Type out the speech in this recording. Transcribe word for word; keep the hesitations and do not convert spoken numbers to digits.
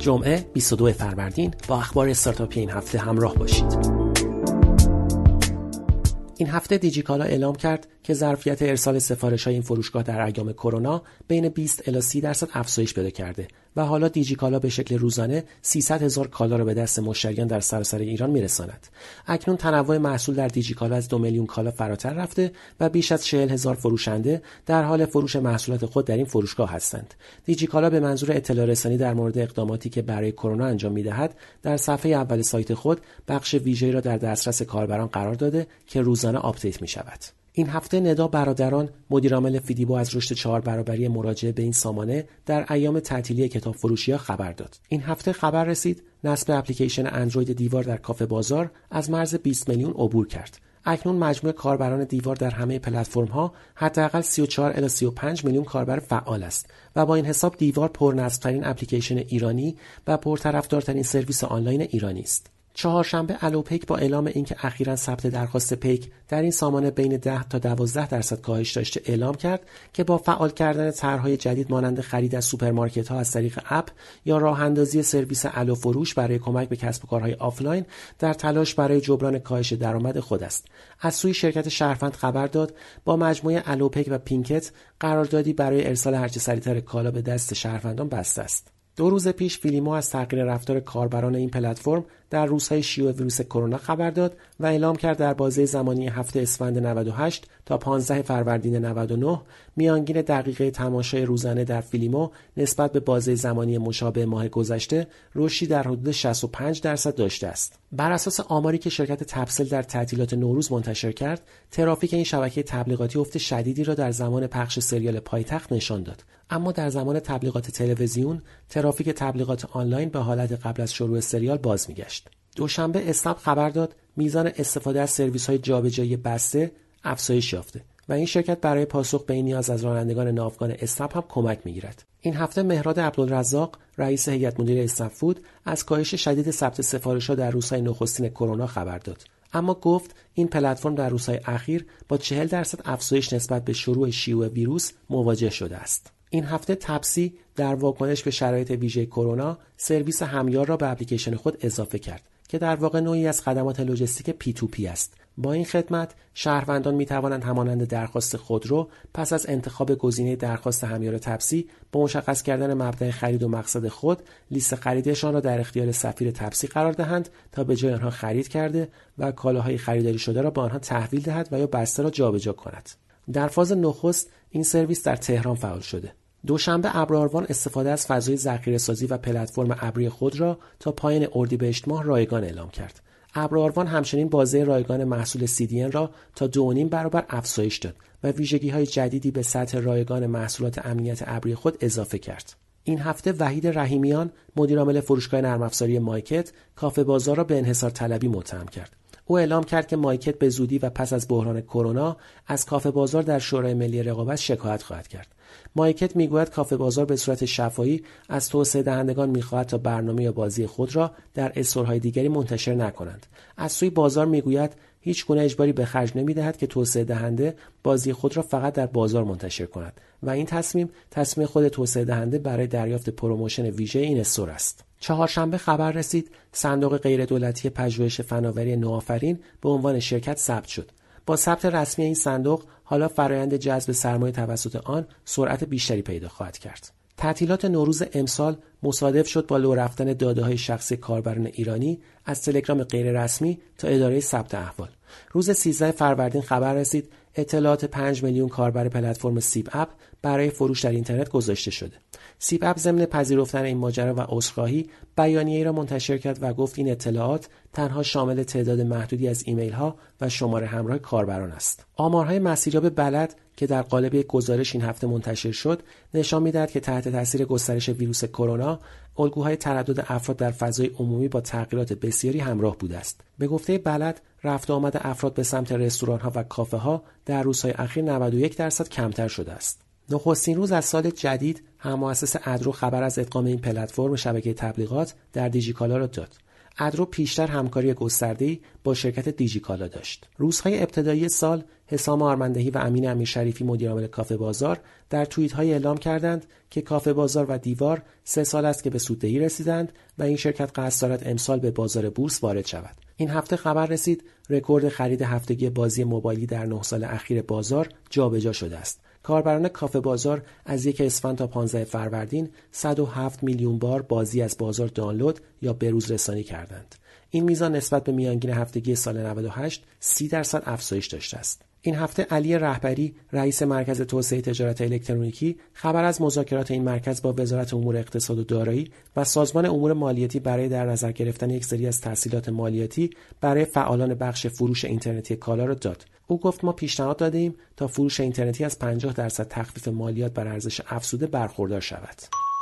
جمعه بیست و دوم فروردین با اخبار استارتاپی این هفته همراه باشید. این هفته دیجیکالا اعلام کرد که ظرفیت ارسال سفارش‌های این فروشگاه در ایام کرونا بین بیست الی سی درصد افزایش پیدا کرده و حالا دیجیکالا به شکل روزانه سیصد هزار کالا را به دست مشتریان در سراسر ایران میرساند. اکنون تنوع محصول در دیجیکالا از دو میلیون کالا فراتر رفته و بیش از چهل هزار فروشنده در حال فروش محصولات خود در این فروشگاه هستند. دیجیکالا به منظور اطلاع رسانی در مورد اقداماتی که برای کرونا انجام می‌دهد، در صفحه اول سایت خود بخش ویژه‌ای را در دسترس کاربران قرار داده که روزانه آپدیت می‌شود. این هفته ندا برادران مدیرعامل فیدیبو از رشد چهار برابری مراجعه به این سامانه در ایام تعطیلی کتاب فروشی‌ها خبر داد. این هفته خبر رسید نصب اپلیکیشن اندروید دیوار در کافه بازار از مرز بیست میلیون عبور کرد. اکنون مجموع کاربران دیوار در همه پلتفرم‌ها حداقل سی و چهار الی سی و پنج میلیون کاربر فعال است و با این حساب دیوار پرنصب‌ترین اپلیکیشن ایرانی و پرطرفدارترین سرویس آنلاین ایرانی است. چهارشنبه الوپیک با اعلام اینکه اخیراً ثبت درخواست پیک در این سامانه بین ده تا دوازده درصد کاهش داشته اعلام کرد که با فعال کردن طرح‌های جدید مانند خرید از سوپرمارکت‌ها از طریق اپ یا راه اندازی سرویس الو فروش برای کمک به کسب و کارهای آفلاین در تلاش برای جبران کاهش درآمد خود است. از سوی شرکت شهروند خبر داد با مجموعه الوپیک و پینکت قراردادی برای ارسال هرچه سریعتر کالا به دست شهروندان بسته است. دو روز پیش فیلیمو از تغییر رفتار کاربران این پلتفرم در روزهای شیوع ویروس کرونا خبر داد و اعلام کرد در بازه زمانی هفته اسفند نود و هشت تا پانزده فروردین نود و نه میانگین دقیقه تماشای روزانه در فیلیمو نسبت به بازه زمانی مشابه ماه گذشته رشدی در حدود شصت و پنج درصد داشته است. بر اساس آماری که شرکت تبسل در تعطیلات نوروز منتشر کرد، ترافیک این شبکه تبلیغاتی افت شدیدی را در زمان پخش سریال پایتخت نشان داد. اما در زمان تبلیغات تلویزیون، ترافیک تبلیغات آنلاین به حالت قبل از شروع سریال باز می‌گشت. دوشنبه اسنپ خبر داد میزان استفاده از سرویس‌های جابجایی بسته افزایش یافته و این شرکت برای پاسخ به این نیاز از رانندگان ناوگان اسنپ هم کمک می‌گیرد. این هفته مهراد عبدالرزاق رئیس هیئت مدیره اسنپ فود از کاهش شدید ثبت سفارش‌ها در روزهای نخستین کرونا خبر داد. اما گفت این پلتفرم در روزهای اخیر با چهل درصد افزایش نسبت به شروع شیوع ویروس مواجه شده است. این هفته تپسی در واکنش به شرایط ویژه کرونا سرویس همیار را به اپلیکیشن خود اضافه کرد که در واقع نوعی از خدمات لوجستیک پی تو پی است. با این خدمت شهروندان می توانند همانند درخواست خودرو پس از انتخاب گزینه درخواست همیار تپسی با مشخص کردن مبدأ خرید و مقصد خود لیست خریدشان را در اختیار سفیر تپسی قرار دهند تا به جای آنها خرید کرده و کالاهای خریداری شده را به آنها تحویل دهد و یا بسته را جابجا کند. در فاز نخست این سرویس در تهران فعال شده. دوشنبه ابراروان استفاده از فضای ذخیره‌سازی و پلتفرم ابری خود را تا پایان اردیبهشت ماه رایگان اعلام کرد. ابراروان همچنین بازه رایگان محصول سی دی ان را تا دو و نیم برابر افزایش داد و ویژگی‌های جدیدی به سطح رایگان محصولات امنیت ابری خود اضافه کرد. این هفته وحید رحیمیان مدیرعامل فروشگاه نرم افزاری مایکت کافه بازار را به انحصار طلبی متهم کرد. او اعلام کرد که مایکت به زودی و پس از بحران کرونا از کافه بازار در شورای ملی رقابت شکایت خواهد کرد. مایکت میگوید کافه بازار به صورت شفاهی از توسعه دهندگان میخواهد تا برنامه یا بازی خود را در استورهای دیگری منتشر نکنند. از سوی بازار میگوید هیچ گونه اجباری به خرج نمیدهد که توسعه دهنده بازی خود را فقط در بازار منتشر کند و این تصمیم تصمیم خود توسعه دهنده برای دریافت پروموشن ویژه این استور است. چهارشنبه خبر رسید صندوق غیردولتی پژوهش فناوری نوآفرین به عنوان شرکت ثبت شد. با ثبت رسمی این صندوق حالا فرآیند جذب سرمایه توسط آن سرعت بیشتری پیدا خواهد کرد. تعطیلات نوروز امسال مصادف شد با لو رفتن داده‌های شخصی کاربران ایرانی از تلگرام غیر رسمی تا اداره ثبت احوال. روز سیزده فروردین خبر رسید اطلاعات پنج میلیون کاربر پلتفرم سیب اپ برای فروش در اینترنت گذاشته شده. سیب اپ ضمن پذیرفتن این ماجرا و عذرخواهی بیانیه‌ای را منتشر کرد و گفت این اطلاعات تنها شامل تعداد محدودی از ایمیل‌ها و شماره همراه کاربران است. آمارهای مسیریاب بلد که در قالب یک گزارش این هفته منتشر شد نشان می‌دهد که تحت تاثیر گسترش ویروس کرونا الگوهای تردد افراد در فضای عمومی با تغییرات بسیاری همراه بوده است. به گفته بلد رفت و آمد افراد به سمت رستوران‌ها و کافه‌ها در روزهای اخیر نود و یک درصد کمتر شده است. نخستین روز از سال جدید هم مؤسسه ادرو خبر از ادغام این پلتفرم شبکه تبلیغات در دیجیکالا را داد. ادرو پیشتر همکاری گسترده‌ای با شرکت دیجیکالا داشت. روزهای ابتدایی سال حسام آرمندهی و امین امیرشریفی مدیرعامل کافه بازار در توییت‌های اعلام کردند که کافه بازار و دیوار سه سال است که به سوددهی رسیدند و این شرکت قصد دارد امسال به بازار بورس وارد شود. این هفته خبر رسید رکورد خرید هفتگی بازی موبایلی در نه سال اخیر بازار جابجا شده است. کاربران کافه بازار از یک اسفند تا پانزده فروردین صد و هفت میلیون بار بازی از بازار دانلود یا بروز رسانی کردند. این میزان نسبت به میانگین هفتگی سال نود و هشت سی درصد افزایش داشته است. این هفته علی رهبری رئیس مرکز توسعه تجارت الکترونیکی خبر از مذاکرات این مرکز با وزارت امور اقتصاد و دارایی و سازمان امور مالیاتی برای در نظر گرفتن یک سری از تسهیلات مالیاتی برای فعالان بخش فروش اینترنتی کالا را داد. او گفت ما پیشنهاد دادیم تا فروش اینترنتی از پنجاه درصد تخفیف مالیات بر ارزش افزوده برخوردار شود.